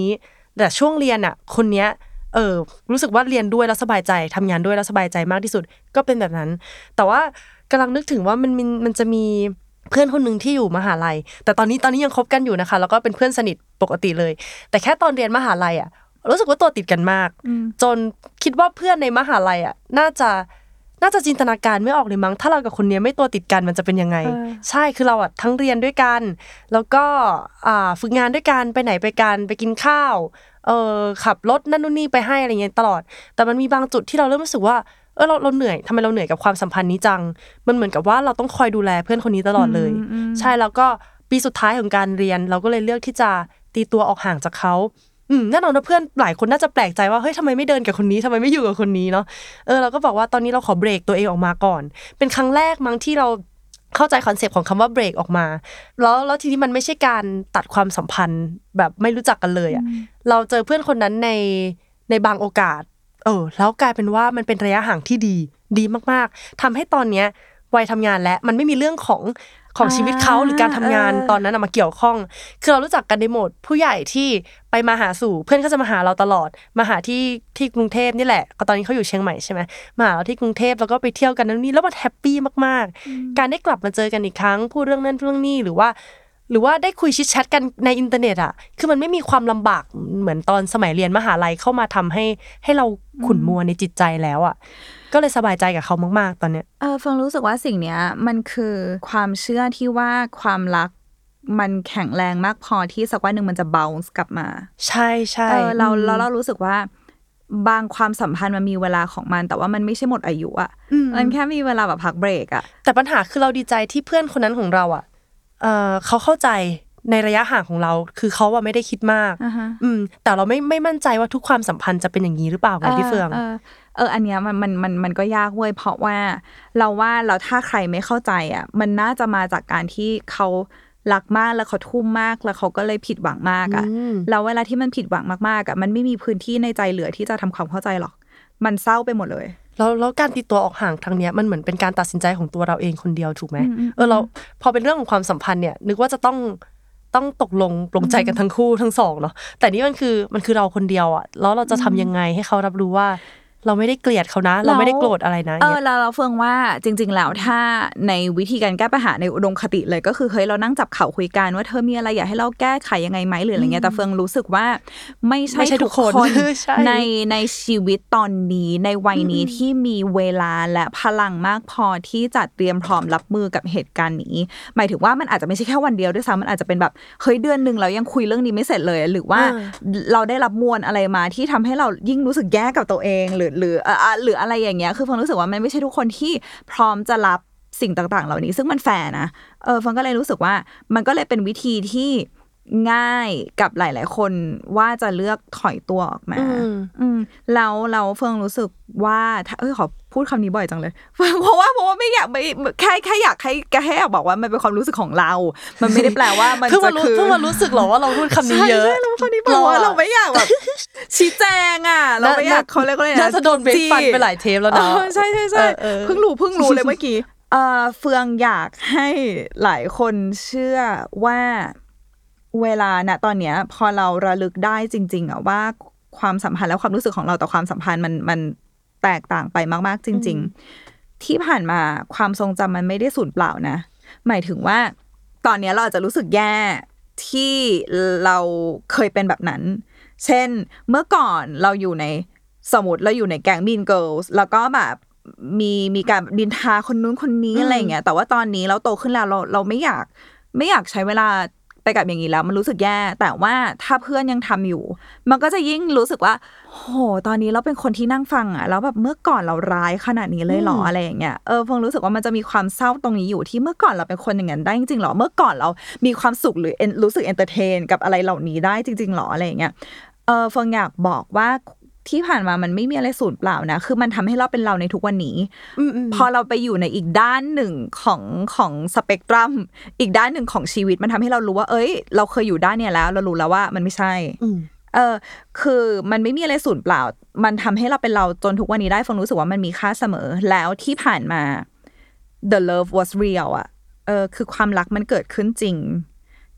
[SPEAKER 3] แต่ช่วงเรียนอ่ะคนเนี้ยรู้สึกว่าเรียนด้วยแล้วสบายใจทำงานด้วยแล้วสบายใจมากที่สุดก็เป็นแบบนั้นแต่ว่ากำลังนึกถึงว่ามันจะมีเพื่อนคนนึงที่อยู่มหาลัยแต่ตอนนี้ยังคบกันอยู่นะคะแล้วก็เป็นเพื่อนสนิทปกติเลยแต่แค่ตอนเรียนมหาลัยอ่ะรู้สึกว่าตัวติดกันมากจนคิดว่าเพื่อนในมหาลัยอ่ะน่าจะจินตนาการไม่ออกเลยมั้งถ้าเรากับคนนี้ไม่ตัวติดกันมันจะเป็นยังไงใช่คือเราอ่ะทั้งเรียนด้วยกันแล้วก็ฝึกงานด้วยกันไปไหนไปกันไปกินข้าวขับรถนั่นนู่นนี่ไปให้อะไรเงี้ยตลอดแต่มันมีบางจุดที่เราเริ่มรู้สึกว่าเราเหนื่อยทำไมเราเหนื่อยกับความสัมพันธ์นี้จังมันเหมือนกับว่าเราต้องคอยดูแลเพื่อนคนนี้ตลอดเลยใช่แล้วก็ปีสุดท้ายของการเรียนเราก็เลยเลือกที่จะตีตัวออกห่างจากเขาแน่นอนนะเพื่อนหลายคนน่าจะแปลกใจว่าเฮ้ยทำไมไม่เดินกับคนนี้ทำไมไม่อยู่กับคนนี้เนาะเราก็บอกว่าตอนนี้เราขอเบรกตัวเองออกมาก่อนเป็นครั้งแรกมั้งที่เราเข้าใจคอนเซปต์ของคำว่าเบรกออกมาแล้วทีนี้มันไม่ใช่การตัดความสัมพันธ์แบบไม่รู้จักกันเลยอ่ะเราเจอเพื่อนคนนั้นในบางโอกาสแล้วกลายเป็นว่ามันเป็นระยะห่างที่ดีมากๆทำให้ตอนเนี้ยวัยทำงานและมันไม่มีเรื่องของชีวิตเขาหรือการทำงานตอนนั้นมาเกี่ยวข้องคือเรารู้จักกันในโหมดผู้ใหญ่ที่ไปมาหาสู่เพื่อนก็จะมาหาเราตลอดมาหาที่กรุงเทพนี่แหละก็ตอนนี้เขาอยู่เชียงใหม่ใช่ไหมมาหาเราที่กรุงเทพแล้วก็ไปเที่ยวกันนั่นนี่แล้วมันแฮปปี้มากๆการได้กลับมาเจอกันอีกครั้งพูดเรื่องนั้นเรื่องนี้หรือว่าได้คุยชิดแชทกันในอินเทอร์เน็ตอ่ะคือมันไม่มีความลำบากเหมือนตอนสมัยเรียนมหาลัยเข้ามาทำให้เราขุ่นมัวในจิตใจแล้วอ่ะก็เลยสบายใจกับเขามากๆตอนเนี้ย
[SPEAKER 2] ฟังรู้สึกว่าสิ่งเนี้ยมันคือความเชื่อที่ว่าความรักมันแข็งแรงมากพอที่สักวันหนึ่งมันจะ bounce กลับมา
[SPEAKER 3] ใช่ใช่
[SPEAKER 2] เรารู้สึกว่าบางความสัมพันธ์มันมีเวลาของมันแต่ว่ามันไม่ใช่หมดอายุอ่ะมันแค่มีเวลาแบบพักเบรกอ่ะ
[SPEAKER 3] แต่ปัญหาคือเราดีใจที่เพื่อนคนนั้นของเราอ่ะเขาเข้าใจในระยะห่างของเราคือเขาไม่ได้คิดมากแต่เราไม่มั่นใจว่าทุกความสัมพันธ์จะเป็นอย่างนี้หรือเปล่าไงพี่เฟือง
[SPEAKER 2] อันเนี้ยมันก็ยากเว้ยเพราะว่าเราถ้าใครไม่เข้าใจอ่ะมันน่าจะมาจากการที่เขารักมากแล้วเขาทุ่มมากแล้วเขาก็เลยผิดหวังมากอ่ะแล้วเวลาที่มันผิดหวังมากๆอ่ะมันไม่มีพื้นที่ในใจเหลือที่จะทำความเข้าใจหรอกมันเศร้าไปหมดเลย
[SPEAKER 3] แล้วการตีตัวออกห่างทางเนี้ยมันเหมือนเป็นการตัดสินใจของตัวเราเองคนเดียวถูกไหมเราพอเป็นเรื่องของความสัมพันธ์เนี่ยนึกว่าจะต้องตกลงปลงใจกันทั้งคู่ทั้งสองเนาะแต่นี่มันคือเราคนเดียวอ่ะแล้วเราจะทำยังไงให้เขารับรู้ว่าเราไม่ได้เกลียดเขานะเราไม่ได้โกรธอะไรนะ
[SPEAKER 2] เราเฟืองว่าจริงๆแล้วถ้าในวิธีการแก้ปัญหาในอุดมคติเลยก็คือเฮ้ยเรานั่งจับเข่าคุยกันว่าเธอมีอะไรอยากให้เราแก้ไขยังไงไหมหรืออะไรเงี้ยแต่เฟืองรู้สึกว่าไม่ใช่ทุกคนในชีวิตตอนนี้ในวัยนี้ที่มีเวลาและพลังมากพอที่จะเตรียมพร้อมรับมือกับเหตุการณ์นี้หมายถึงว่ามันอาจจะไม่ใช่แค่วันเดียวด้วยซ้ำมันอาจจะเป็นแบบเฮ้ยเดือนนึงเรายังคุยเรื่องนี้ไม่เสร็จเลยหรือว่าเราได้รับมวลอะไรมาที่ทำให้เรายิ่งรู้สึกแย่กับตัวเองหรืออะไรอย่างเงี้ยคือฟังรู้สึกว่ามันไม่ใช่ทุกคนที่พร้อมจะรับสิ่งต่างๆเหล่านี้ซึ่งมันแฟร์นะฟังก็เลยรู้สึกว่ามันก็เลยเป็นวิธีที่ง่ายกับหลายๆคนว่าจะเลือกถอยตัวออกมาแล้วเราเฟืองรู้สึกว่าขอพูดคำนี้บ่อยจังเลยเพราะว่าไม่อยากแค่อยากให้บอกว่ามันเป็นความรู้สึกของเรามันไม่ได้แปลว่ามันจะคือ
[SPEAKER 3] เพิ่งมารู้สึกหรอว่าเราพูดคำนี้เยอะ
[SPEAKER 2] ใช่เราคำนี้บอกว่าเราไม่อยากแบบชี้แจงอ่ะเราไม่อยากเขาเรียกว่าอะไร
[SPEAKER 3] น่าจะโดนเบรกฟันไปหลายเทปแล้วนะ
[SPEAKER 2] ใช่เพิ่งรู้เลยเมื่อกี้เฟืองอยากให้หลายคนเชื่อว่าเวลาณตอนเนี้ยพอเราระลึกได้จริงๆอ่ะว่าความสัมพันธ์และความรู้สึกของเราต่อความสัมพันธ์มันแตกต่างไปมากๆจริงๆที่ผ่านมาความทรงจำมันไม่ได้สูญเปล่านะหมายถึงว่าตอนนี้เราอาจจะรู้สึกแย่ที่เราเคยเป็นแบบนั้นเช่นเมื่อก่อนเราอยู่ในสมมติเราอยู่ในแก๊ง Mean Girls แล้วก็แบบมีการดินทาคนนู้นคนนี้อะไรอย่างเงี้ยแต่ว่าตอนนี้เราโตขึ้นแล้วเราไม่อยากใช้เวลาไปกับอย่างนี้แล้วมันรู้สึกแย่แต่ว่าถ้าเพื่อนยังทำอยู่มันก็จะยิ่งรู้สึกว่าโหตอนนี้เราเป็นคนที่นั่งฟังอ่ะแล้วแบบเมื่อก่อนเราร้ายขนาดนี้เลยหรออะไรอย่างเงี้ยฟงรู้สึกว่ามันจะมีความเศร้าตรงนี้อยู่ที่เมื่อก่อนเราเป็นคนอย่างนั้นได้จริงๆหรอเมื่อก่อนเรามีความสุขหรือรู้สึกเอนเตอร์เทนกับอะไรเหล่านี้ได้จริงๆหรออะไรอย่างเงี้ยฟงอยากบอกว่าที่ผ่านมามันไม่มีอะไรสูญเปล่านะคือมันทำให้เราเป็นเราในทุกวันนี้พอเราไปอยู่ในอีกด้านหนึ่งของสเปกตรัมอีกด้านหนึ่งของชีวิตมันทำให้เรารู้ว่าเอ้ยเราเคยอยู่ด้านเนี้ยแล้วเรารู้แล้วว่ามันไม่ใช่คือมันไม่มีอะไรสูญเปล่ามันทำให้เราเป็นเราจนทุกวันนี้ได้ฟงรู้สึกว่ามันมีค่าเสมอแล้วที่ผ่านมา the love was real อ่ะคือความรักมันเกิดขึ้นจริง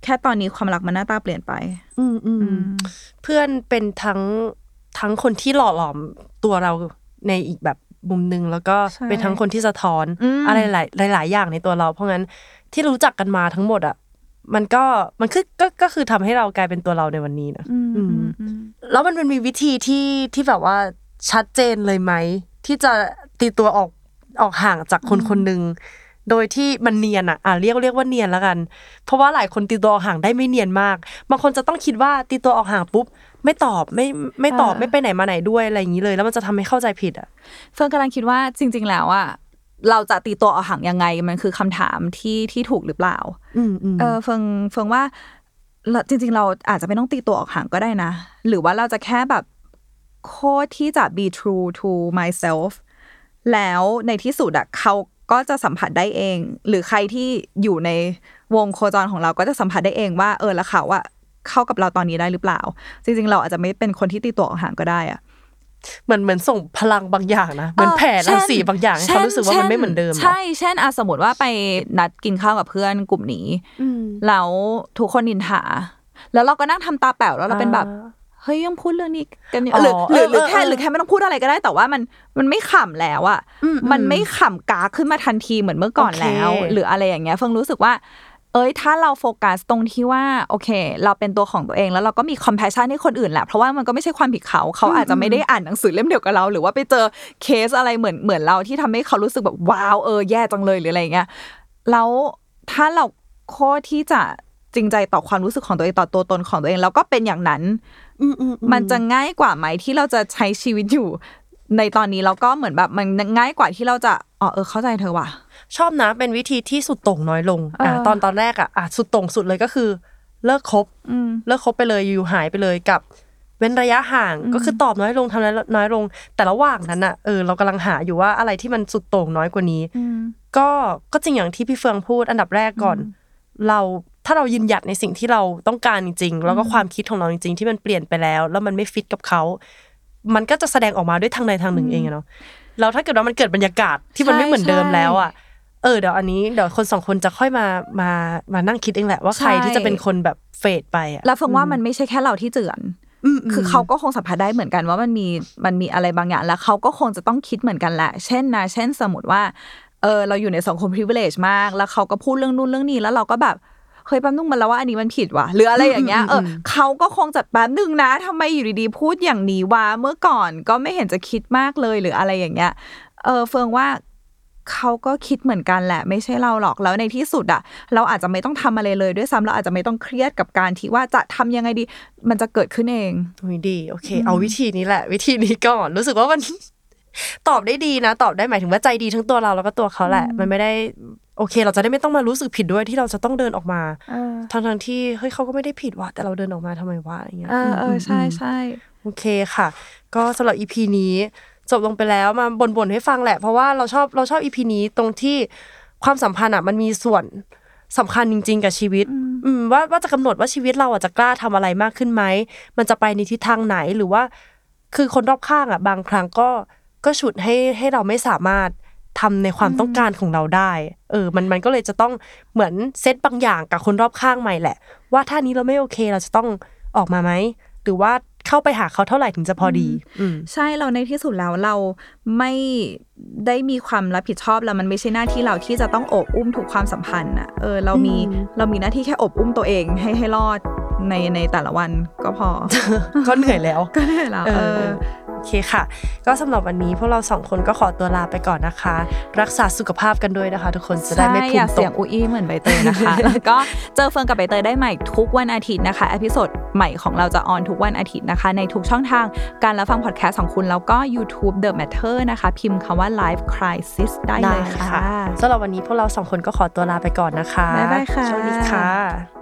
[SPEAKER 2] แค่ตอนนี้ความรักมันหน้าตาเปลี่ยนไป
[SPEAKER 3] เพื่อนเป็นทั้งคนที่หล่อหลอมตัวเราในอีกแบบมุมนึงแล้วก็เป็นทั้งคนที่สะท้อนอะไรหลายอย่างในตัวเราเพราะงั้นที่รู้จักกันมาทั้งหมดอ่ะมันคือทำให้เรากลายเป็นตัวเราในวันนี้นะแล้วมันมีวิธีที่แบบว่าชัดเจนเลยไหมที่จะตีตัวออกห่างจากคนคนนึงโดยที่มันเนียนเรียกว่าเนียนแล้วกันเพราะว่าหลายคนตีตัวออกห่างได้ไม่เนียนมากบางคนจะต้องคิดว่าตีตัวออกห่างปุ๊บไม่ตอบไม่ตอบไม่ไปไหนมาไหนด้วยอะไรอย่างนี้เลยแล้วมันจะทำให้เข้าใจผิด
[SPEAKER 2] เฟิร์นกำลังคิดว่าจริงๆแล้วเราจะตีตัวออกห่างยังไงมันคือคำถามที่ถูกหรือเปล่าเฟิร์นว่าจริงๆเราอาจจะไม่ต้องตีตัวออกห่างก็ได้นะหรือว่าเราจะแค่แบบโคตรที่จะ be true to myself แล้วในที่สุดเขาก็จะสัมผัสได้เองหรือใครที่อยู่ในวงโคจรของเราก็จะสัมผัสได้เองว่าแล้วเขาเข้ากับเราตอนนี้ได้หรือเปล่าจริงๆเราอาจจะไม่เป็นคนที่ตีตัวออกห่างก็ได้
[SPEAKER 3] เหมือนส่งพลังบางอย่างนะเหมือนแผ่รังสีบางอย่างให้เขารู้สึกว่ามันไม่เหมือนเดิม
[SPEAKER 2] ใช่เช่นสมมติว่าไปนัดกินข้าวกับเพื่อนกลุ่มนี้แล้วทุกคนนินทาแล้วเราก็นั่งทำตาแป๋วแล้วเราเป็นแบบเฮ้ยยังพูดเรื่องนี้กันหรือแค่ไม่ต้องพูดอะไรก็ได้แต่ว่ามันไม่ขำแล้วมันไม่ขำกาขึ้นมาทันทีเหมือนเมื่อก่อนแล้วหรืออะไรอย่างเงี้ยเฟิงรู้สึกว่าถ้าเราโฟกัสตรงที่ว่าโอเคเราเป็นตัวของตัวเองแล้วเราก็มีคอมแพชชั่นให้คนอื่นแหละเพราะว่ามันก็ไม่ใช่ความผิดเขาอาจจะไม่ได้อ่านหนังสือเล่มเดียวกับเราหรือว่าไปเจอเคสอะไรเหมือนเราที่ทำให้เขารู้สึกแบบว้าวแย่จังเลยหรืออะไรเงี้ยแล้วถ้าเราโคตรที่จะจริงใจต่อความรู้สึกของตัวเองต่อตัวตนของตัวเองแล้วก็เป็นอย่างนั้นมันจะง่ายกว่าไหมที่เราจะใช้ชีวิตอยู่ในตอนนี้แล้วก็เหมือนแบบมันง่ายกว่าที่เราจะเข้าใจเธอว่ะ
[SPEAKER 3] ชอบนะเป็นวิธีที่สุดโต่งน้อยลงตอนแรกสุดโต่งสุดเลยก็คือเลิกคบไปเลยอยู่หายไปเลยกับเว้นระยะห่างก็คือตอบน้อยลงทำน้อยลงแต่ระหว่างนั้นเรากำลังหาอยู่ว่าอะไรที่มันสุดโต่งน้อยกว่านี้ก็จริงอย่างที่พี่เฟืองพูดอันดับแรกก่อนถ้าเรายืนหยัดในสิ่งที่เราต้องการจริงๆแล้วก็ความคิดของเราจริงๆที่มันเปลี่ยนไปแล้วมันไม่ฟิตกับเขามันก็จะแสดงออกมาด้วยทางใดทางหนึ่งเองเนาะแล้วถ้าเกิดว่ามันเกิดบรรยากาศที่มันไม่เหมือนเดิมแล้วเดี๋ยวคนสองคนจะค่อยมานั่งคิดเองแหละว่าใครที่จะเป็นคนแบบเฟดไป
[SPEAKER 2] แล้วฟังว่ามันไม่ใช่แค่เราที่เจือนคือเขาก็คงสัมผัสได้เหมือนกันว่ามันมีอะไรบางอย่างแล้วเขาก็คงจะต้องคิดเหมือนกันแหละเช่นสมมติว่าเราอยู่ในสังคม privilege มากแล้วเขาก็พูดเรื่องนู่นเรื่องนี้แล้วเราก็แบบเฮ้ยแป๊บนึงมันแล้วว่าอันนี้มันผิดว่ะหรืออะไรอย่างเงี้ยเขาก็คงจัดแป๊บนึงนะทำไมอยู่ดีๆพูดอย่างนี้วะเมื่อก่อนก็ไม่เห็นจะคิดมากเลยหรืออะไรอย่างเงี้ยเฟิงว่าเขาก็คิดเหมือนกันแหละไม่ใช่เราหรอกแล้วในที่สุดเราอาจจะไม่ต้องทำอะไรเลยด้วยซ้ำเราอาจจะไม่ต้องเครียดกับการที่ว่าจะทำยังไงดีมันจะเกิดขึ้นเอง
[SPEAKER 3] ดีโอเคเอาวิธีนี้แหละวิธีนี้ก่อนรู้สึกว่ามันตอบได้ดีนะตอบได้หมายถึงว่าใจดีทั้งตัวเราแล้วก็ตัวเขาแหละมันไม่ได้โอเคเราจะได้ไม่ต้องมารู้สึกผิดด้วยที่เราจะต้องเดินออกมาทั้งที่เฮ้ยเขาก็ไม่ได้ผิดว่ะแต่เราเดินออกมาทำไมวะอะไรเงี้ย
[SPEAKER 2] ใช่ใช่
[SPEAKER 3] โอเคค่ะก็สำหรับ EP นี้จบลงไปแล้วมาบ่นให้ฟังแหละเพราะว่าเราชอบ EP นี้ตรงที่ความสัมพันธ์มันมีส่วนสำคัญจริงๆกับชีวิตว่าจะกำหนดว่าชีวิตเราจะกล้าทำอะไรมากขึ้นไหมมันจะไปในทิศทางไหนหรือว่าคือคนรอบข้างบางครั้งก็ฉุดให้เราไม่สามารถทำในความต้องการของเราได้มันก็เลยจะต้องเหมือนเซตบางอย่างกับคนรอบข้างใหม่แหละว่าถ้านี้เราไม่โอเคเราจะต้องออกมาไหมหรือว่าเข้าไปหาเขาเท่าไหร่ถึงจะพอดี
[SPEAKER 2] ใช่เราในที่สุดแล้วเราไม่ได้มีความรับผิดชอบแล้วมันไม่ใช่หน้าที่เราที่จะต้องโอบอุ้มทุกความสัมพันธ์เรามีหน้าที่แค่โอบอุ้มตัวเองให้รอดในแต่ละวันก็พอ
[SPEAKER 3] ก็เหนื่อยแล้วโอเคค่ะก็สำหรับวันนี้พวกเรา2คนก็ขอตัวลาไปก่อนนะคะรักษาสุขภาพกันด้วยนะคะทุกคนจะได้ไม่พุ่งตก
[SPEAKER 2] เสียงอุ้ยเหมือนใบเตยนะคะ แล้วก็เจอเฟิร์นกับใบเตยได้ใหม่ทุกวันอาทิตย์นะคะเอพิโซดใหม่ของเราจะออนทุกวันอาทิตย์นะคะในทุกช่องทางการรับฟังพอดแคสต์ของคุณแล้วก็ YouTube The Matter นะคะพิมพ์คำว่า Life Crisis ได้เลยค่ะ
[SPEAKER 3] สำหรับวันนี้พวกเรา2คนก็ขอตัวลาไปก่อนนะคะ
[SPEAKER 2] บ๊ายบายค่ะ
[SPEAKER 3] สวัสดีค่ะ